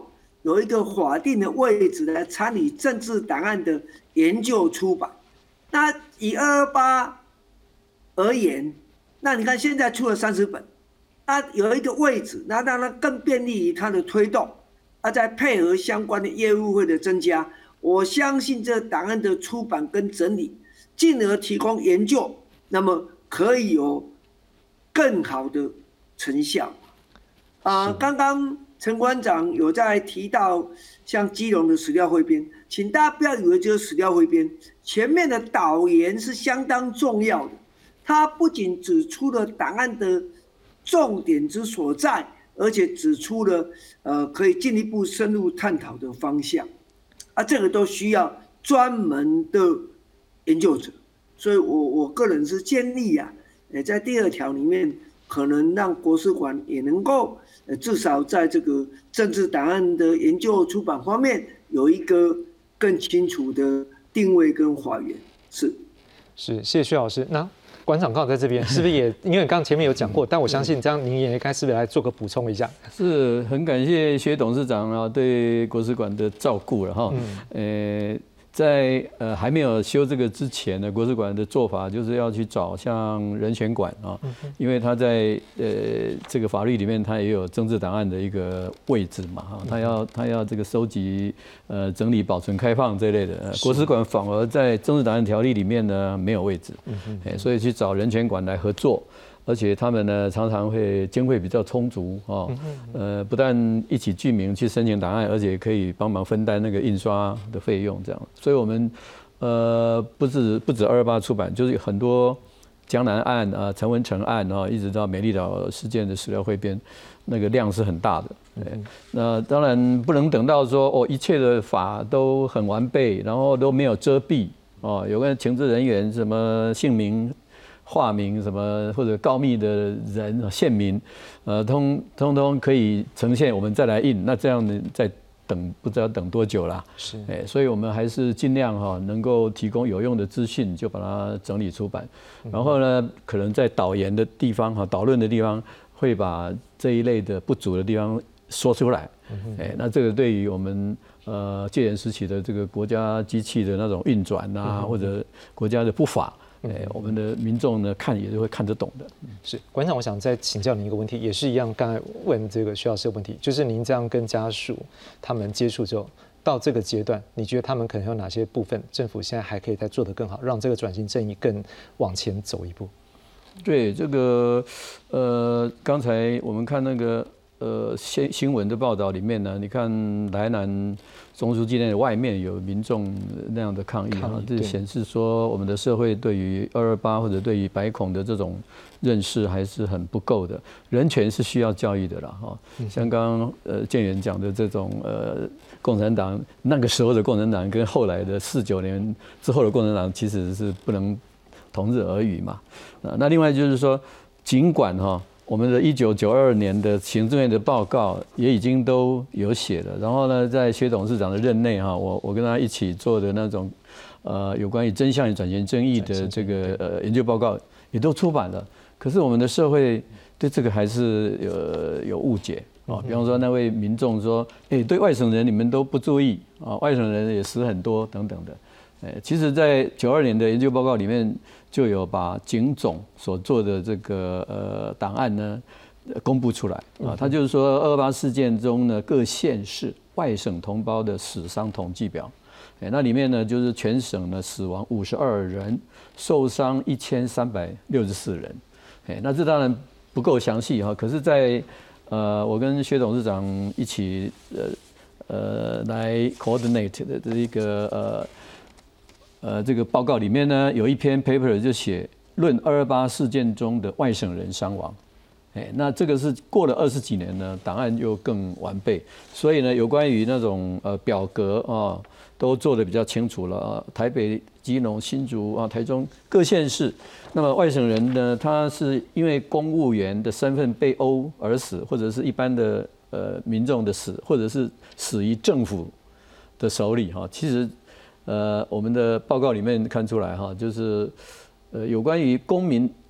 有一个法定的位置来参与政治档案的研究出版。那以二二八而言，那你看现在出了三十本，那有一个位置，那让它更便利于它的推动，啊，再配合相关的业务会的增加，我相信这档案的出版跟整理，进而提供研究，那么可以有更好的成效。啊、呃，刚刚陈馆长有在提到像基隆的史料汇编，请大家不要以为就是史料汇编，前面的导言是相当重要的，它不仅指出了档案的重点之所在，而且指出了呃可以进一步深入探讨的方向，啊，这个都需要专门的研究者，所以我我个人是建议啊，呃，在第二条里面，可能让国史馆也能够呃至少在这个政治档案的研究出版方面有一个更清楚的定位跟还原。是是，谢谢薛老师。那馆长刚好在这边，是不是也因为刚刚前面有讲过，但我相信这样您也应该是不是来做个补充一下？ 是很感谢薛董事长啊对国史馆的照顾了哈。嗯、呃，在呃还没有修这个之前呢，国史馆的做法就是要去找像人权馆啊，因为他在呃这个法律里面，他也有政治档案的一个位置嘛哈，他要他要这个收集、呃整理、保存、开放这类的。国史馆反而在政治档案条例里面呢没有位置，哎，所以去找人权馆来合作。而且他们呢常常会经费比较充足啊，呃，不但一起具名去申请档案，而且可以帮忙分担那个印刷的费用，这样。所以我们呃不止不止二二八出版，就是很多江南案啊、陈文成案啊，一直到美丽岛事件的史料汇编，那个量是很大的。那当然不能等到说哦一切的法都很完备，然后都没有遮蔽哦，有关情治人员什么姓名、化名什么或者告密的人县民，呃，通通通可以呈现，我们再来印。那这样呢，再等不知道等多久啦。是，哎，所以我们还是尽量哈，能够提供有用的资讯，就把它整理出版。然后呢，可能在导言的地方哈，导论的地方，会把这一类的不足的地方说出来。哎，那这个对于我们呃戒严时期的这个国家机器的那种运转啊，或者国家的不法。哎，我们的民众呢看也是会看得懂的。 是馆长，我想再请教您一个问题，也是一样，刚才问这个薛老师的问题，就是您这样跟家属他们接触之后，到这个阶段，你觉得他们可能有哪些部分，政府现在还可以再做得更好，让这个转型正义更往前走一步？ 对，这个呃，刚才我们看那个呃新新闻的报道里面呢，你看台南中书纪念的外面有民众那样的抗议啊，这显示说我们的社会对于二二八或者对于白孔的这种认识还是很不够的。人权是需要教育的啦，哈。像刚刚呃建元讲的这种呃共产党那个时候的共产党跟后来的四九年之后的共产党其实是不能同日而语嘛。那另外就是说，尽管哈。我们的一九九二年的行政院的报告也已经都有写了，然后呢，在薛董事长的任内哈，我我跟他一起做的那种，呃，有关于真相与转型正义的这个呃研究报告也都出版了。可是我们的社会对这个还是有有误解啊，比方说那位民众说，哎，对外省人你们都不注意啊，外省人也死很多等等的。哎，其实，在九二年的研究报告里面，就有把警总所做的这个呃档案呢公布出来啊。他就是说，二二八事件中呢，各县市外省同胞的死伤统计表。哎，那里面呢，就是全省呢死亡五十二人，受伤一千三百六十四人。哎，那这当然不够详细哈。可是在，在呃，我跟薛董事长一起呃呃来 coordinate 的这一个呃。呃，这个报告里面呢，有一篇 paper 就写论二二八事件中的外省人伤亡，哎，那这个是过了二十几年呢，档案又更完备，所以呢，有关于那种呃表格啊，都做得比较清楚了啊。台北、基隆、新竹啊、台中各县市，那么外省人呢，他是因为公务员的身份被殴而死，或者是一般的呃民众的死，或者是死于政府的手里哈，其实。呃，我们的报告里面看出来哈，就是呃有关于公民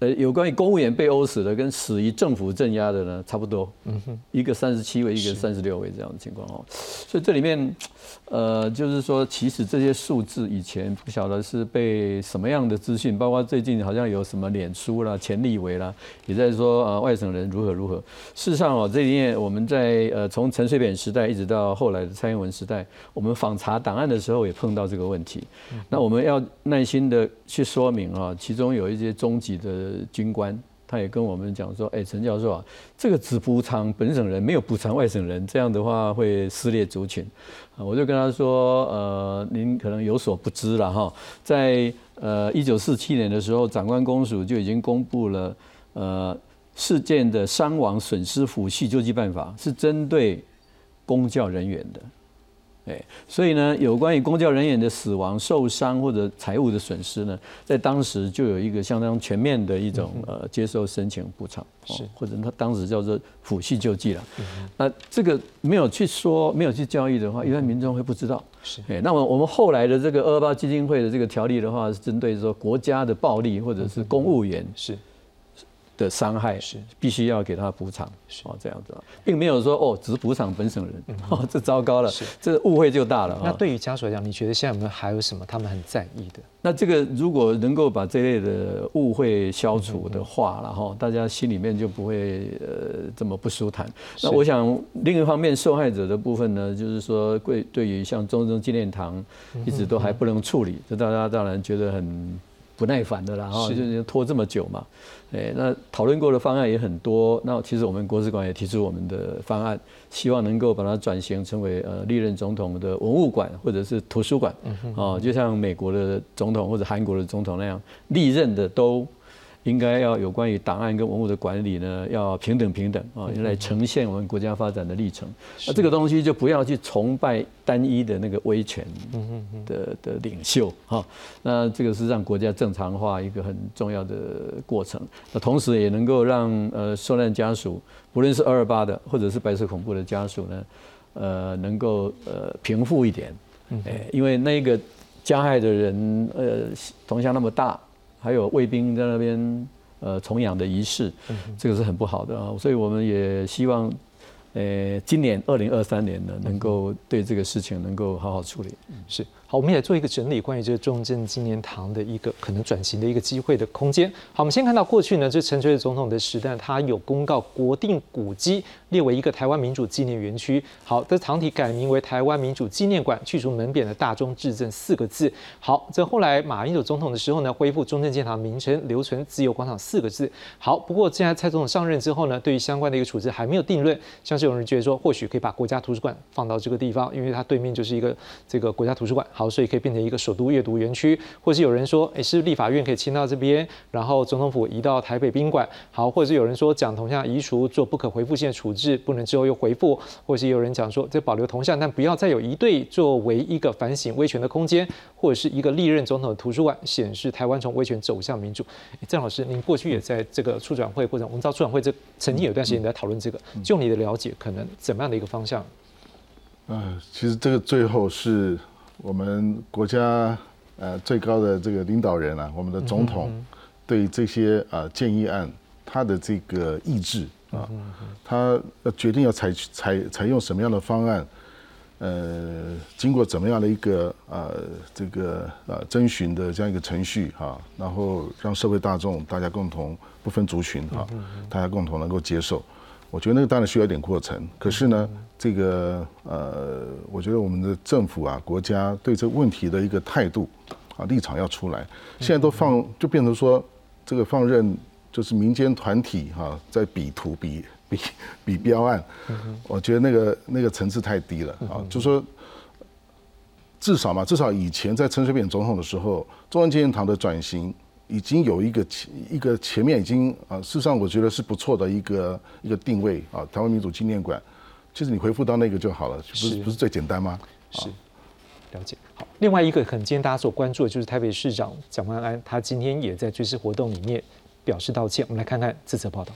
呃，有关于公务员被殴死的跟死于政府镇压的呢，差不多，嗯哼，一个三十七位，一个三十六位这样的情况哦。所以这里面，呃，就是说，其实这些数字以前不晓得是被什么样的资讯，包括最近好像有什么脸书啦、前立委啦，也在说呃外省人如何如何。事实上哦，这里面我们在呃从陈水扁时代一直到后来的蔡英文时代，我们访查档案的时候也碰到这个问题。那我们要耐心的去说明啊，其中有一些中级的军官，他也跟我们讲说，哎，陈教授啊，这个只补偿本省人，没有补偿外省人，这样的话会撕裂族群。啊，我就跟他说，呃，您可能有所不知了哈，在呃一九四七年的时候，长官公署就已经公布了呃事件的伤亡损失抚恤救济办法，是针对公教人员的。哎，所以呢，有关于公教人员的死亡、受伤或者财物的损失呢，在当时就有一个相当全面的一种呃接受申请补偿，是或者他当时叫做抚恤救济了。那这个没有去说、没有去教育的话，一般民众会不知道。是，哎，那么我们后来的这个二二八基金会的这个条例的话，是针对说国家的暴力或者是公务员是。的伤害是必须要给他补偿，哦，这样子，并没有说哦，只补偿本省人，哦，这糟糕了，这误会就大了。 那对于家属来讲，你觉得现在有没有还有什么他们很在意的？ 那这个如果能够把这类的误会消除的话，然后大家心里面就不会呃这么不舒坦。那我想另一方面，受害者的部分呢，就是说对对于像中正纪念堂一直都还不能处理，这大家当然觉得很不耐烦的啦，哈，就是拖这么久嘛。哎，那讨论过的方案也很多。那其实我们国史馆也提出我们的方案，希望能够把它转型成为呃历任总统的文物馆或者是图书馆，哦，就像美国的总统或者韩国的总统那样，历任的都应该要有关于档案跟文物的管理呢，要平等平等啊，来呈现我们国家发展的历程。那这个东西就不要去崇拜单一的那个威权的的领袖哈。那这个是让国家正常化一个很重要的过程。那同时也能够让呃受难家属，不论是二二八的或者是白色恐怖的家属呢，呃，能够呃平复一点。哎，因为那个加害的人呃同乡那么大。还有卫兵在那边呃重养的仪式，这个是很不好的啊，所以我们也希望，呃，今年二零二三年呢，能够对这个事情能够好好处理。 是。好，我们也做一个整理，关于这个中正纪念堂的一个可能转型的一个机会的空间。好，我们先看到过去呢，这陈水扁总统的时代，他有公告国定古迹列为一个台湾民主纪念园区。好，这堂体改名为台湾民主纪念馆，去除门匾的大中至正四个字。好，这后来马英九总统的时候呢，恢复中正纪念堂名称，留存自由广场四个字。好，不过现在蔡总统上任之后呢，对于相关的一个处置还没有定论，像是有人觉得说，或许可以把国家图书馆放到这个地方，因为它对面就是一个这个国家图书馆。好，所以可以变成一个首都阅读园区，或是有人说，哎，是立法院可以迁到这边，然后总统府移到台北宾馆。好，或者是有人说讲铜像移除做不可回复性的处置，不能之后又回复，或是有人讲说这保留铜像，但不要再有一队作为一个反省威权的空间，或者是一个历任总统的图书馆，显示台湾从威权走向民主。郑老师，您过去也在这个促转会或者文藻促转会这曾经有段时间在讨论这个，就你的了解，可能怎么样的一个方向？ 呃，其实这个最后是我们国家呃最高的这个领导人啊，我们的总统对这些呃建议案他的这个意志啊，他决定要采取采采用什么样的方案，呃，经过怎么样的一个呃这个呃征询的这样一个程序哈，然后让社会大众大家共同不分族群哈，大家共同能够接受。我觉得那个当然需要一点过程，可是呢，这个呃，我觉得我们的政府啊、国家对这个问题的一个态度啊、立场要出来。现在都放，就变成说这个放任，就是民间团体哈、啊，在比图、比比比标案。我觉得那个那个层次太低了啊，就说至少嘛，至少以前在陈水扁总统的时候，中正纪念堂的转型。已经有一个一个前面已经啊，事实上我觉得是不错的一个一个定位啊，台湾民主纪念馆，其实你回复到那个就好了，不是不是最简单吗？ 是，了解。好，另外一个可能今天大家所关注的就是台北市长蒋万安，他今天也在追思活动里面表示道歉。我们来看看这则报道。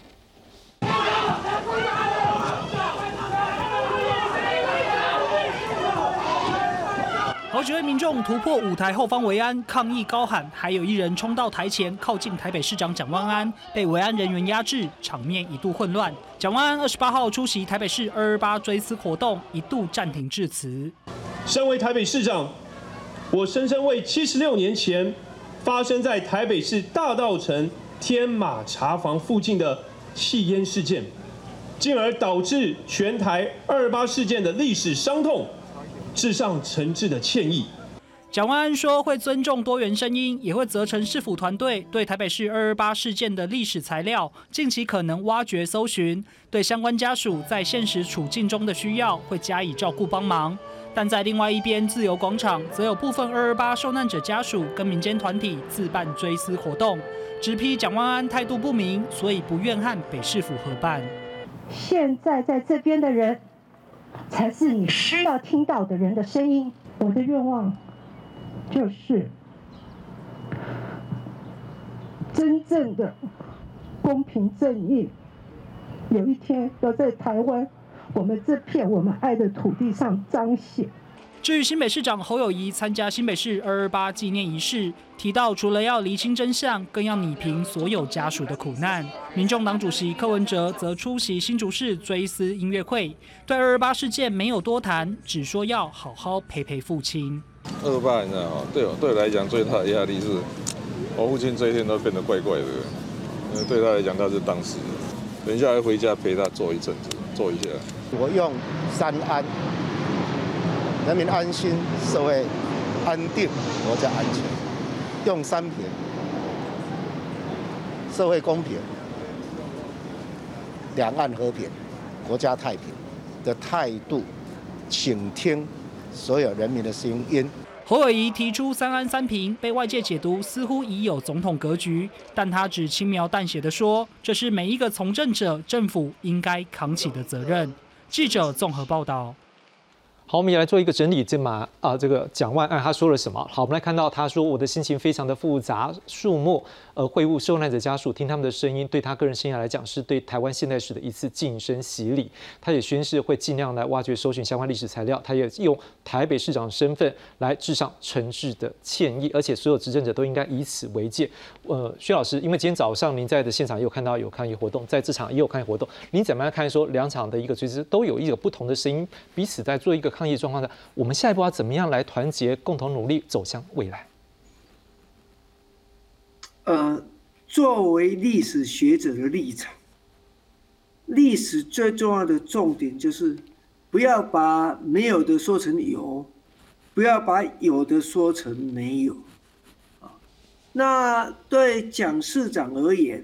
好几位民众突破舞台后方围安，抗议高喊，还有一人冲到台前靠近台北市长蒋万安，被维安人员压制，场面一度混乱。蒋万安二十八号出席台北市二二八追思活动，一度暂停致辞。 身为台北市长，我深深为七十六年前发生在台北市大稻埕天马茶房附近的弃烟事件，进而导致全台二二八事件的历史伤痛，致上诚挚的歉意。 蒋万安说会尊重多元声音，也会责成市府团队对台北市二二八事件的历史材料近期可能挖掘搜寻，对相关家属在现实处境中的需要会加以照顾帮忙。但在另外一边，自由广场则有部分二二八受难者家属跟民间团体自办追思活动，直批蒋万安态度不明，所以不愿和北市府合办。 现在在这边的人，才是你需要听到的人的声音。我的愿望就是真正的公平正义，有一天要在台湾我们这片我们爱的土地上彰显。 至于新北市长侯友宜参加新北市二二八纪念仪式，提到除了要厘清真相，更要拟平所有家属的苦难。民众党主席柯文哲则出席新竹市追思音乐会，对二二八事件没有多谈，只说要好好陪陪父亲。 二二八，你知道吗？对我对我来讲最大的压力是，我父亲这一天都变得怪怪的。呃，对他来讲他是当事人，等一下要回家陪他坐一阵子，坐一下。 我用三安。人民安心，社会安定，国家安全。用三平，社会公平，两岸和平，国家太平的态度，倾听所有人民的声音。 侯友宜提出三安三平，被外界解读似乎已有总统格局，但他只轻描淡写地说，这是每一个从政者、政府应该扛起的责任。记者综合报道。 好，我们也来做一个整理，这马啊，这个蒋万安他说了什么？好，我们来看到他说，我的心情非常的复杂，肃穆，呃，会晤受难者家属，听他们的声音，对他个人生涯来讲，是对台湾现代史的一次晋升洗礼。他也宣誓会尽量来挖掘、搜寻相关历史材料，他也用台北市长身份来致上诚挚的歉意，而且所有执政者都应该以此为戒。呃，薛老师，因为今天早上您在的现场也有看到有抗议活动，在这场也有抗议活动，您怎么样看说两场的一个追思都有一个不同的声音，彼此在做一个抗议状况下，我们下一步要怎么样来团结，共同努力走向未来？ 呃，作为历史学者的立场，历史最重要的重点就是不要把没有的说成有，不要把有的说成没有。那对蒋市长而言，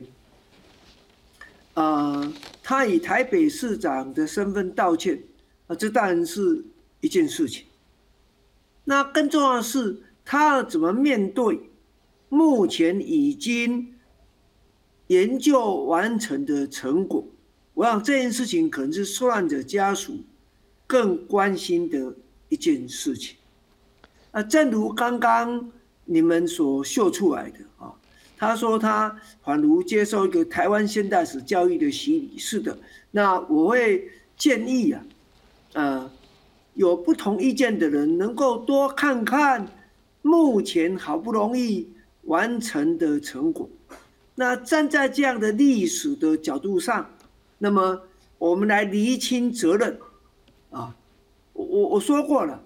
呃，他以台北市长的身份道歉，啊，这当然是一件事情。那更重要的是，他要怎么面对目前已经研究完成的成果？我想这件事情可能是受难者家属更关心的一件事情。啊，正如刚刚你们所秀出来的啊，他说他宛如接受一个台湾现代史教育的洗礼。是的，那我会建议啊，呃，有不同意见的人能够多看看目前好不容易完成的成果。那站在这样的历史的角度上，那么我们来厘清责任啊。我我说过了，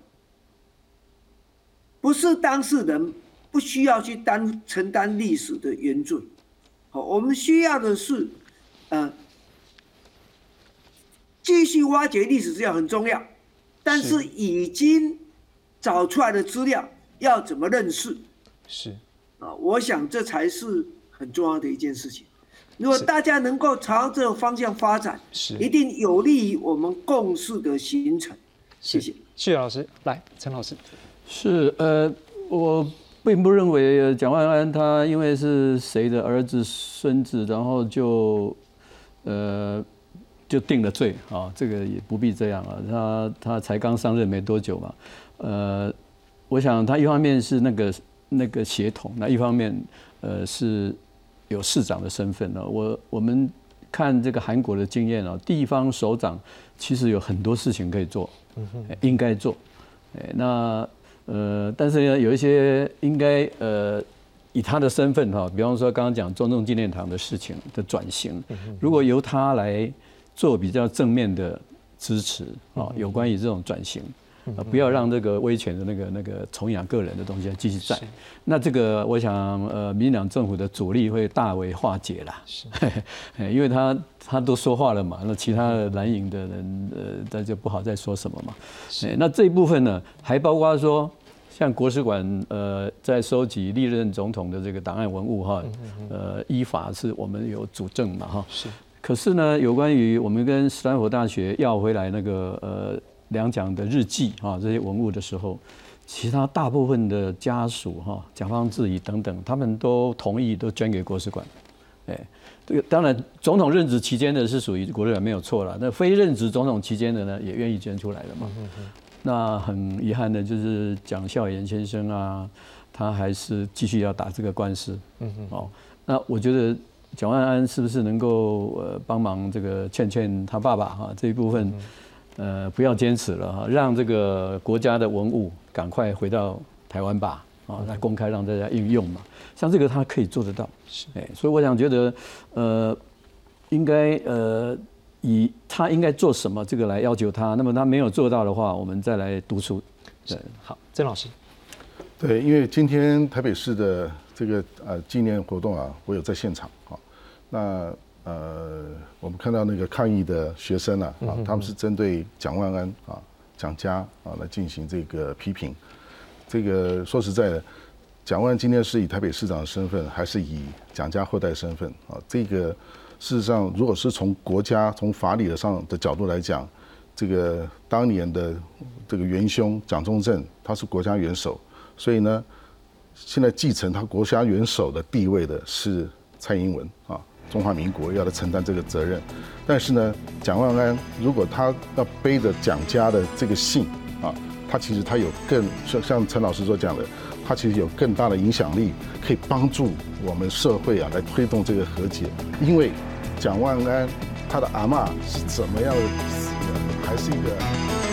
不是当事人不需要去担承担历史的原罪，好，我们需要的是，呃，继续挖掘历史资料很重要，但是已经找出来的资料要怎么认识？ 是啊，我想这才是很重要的一件事情。如果大家能够朝这个方向发展，一定有利于我们共识的形成。谢谢， 谢谢老师。来，陈老师， 是呃，我并不认为蒋万安他因为是谁的儿子、孙子，然后就呃就定了罪啊，这个也不必这样啊。他他才刚上任没多久嘛，呃，我想他一方面是那个那个协同，那一方面呃是有市长的身份呢。我我们看这个韩国的经验啊，地方首长其实有很多事情可以做，应该做。那呃，但是呢，有一些应该呃。以他的身份哈，比方说刚刚讲中正纪念堂的事情的转型，如果由他来做比较正面的支持啊，有关于这种转型，啊，不要让这个威权的那个那个崇洋个人的东西继续在，那这个我想呃，民进党政府的阻力会大为化解啦，因为他他都说话了嘛，那其他的蓝营的人呃，那就不好再说什么嘛，那这一部分呢，还包括说。像国史馆呃在收集历任总统的这个档案文物哈，呃依法是我们有主政嘛哈。是。可是呢，有关于我们跟斯坦福大学要回来那个呃两蒋的日记哈这些文物的时候，其他大部分的家属哈蒋方智怡等等，他们都同意都捐给国史馆。哎，这个当然总统任职期间的是属于国史馆没有错了，那非任职总统期间的呢也愿意捐出来了嘛。嗯嗯那很遗憾的就是蒋孝严先生啊，他还是继续要打这个官司。嗯嗯。哦，那我觉得蒋万安是不是能够呃帮忙这个劝劝他爸爸哈这一部分，呃不要坚持了哈，让这个国家的文物赶快回到台湾吧，啊，来公开让大家运用嘛。像这个他可以做得到。哎，所以我想觉得呃应该呃。以他应该做什么这个来要求他，那么他没有做到的话，我们再来督促。 对，好，曾老师。 对，因为今天台北市的这个呃纪念活动啊，我有在现场啊。那呃，我们看到那个抗议的学生啊，啊，他们是针对蒋万安啊、蒋家啊来进行这个批评。这个说实在的，蒋万安今天是以台北市长的身份，还是以蒋家后代身份啊？这个。事实上，如果是从国家、从法理的上的角度来讲，这个当年的这个元凶蒋中正，他是国家元首，所以呢，现在继承他国家元首的地位的是蔡英文啊，中华民国要来承担这个责任。但是呢，蒋万安如果他要背着蒋家的这个姓啊，他其实他有更像像陈老师所讲的。他其实有更大的影响力，可以帮助我们社会啊来推动这个和解。因为蒋万安他的阿嬷是怎么样的死的，还是一个。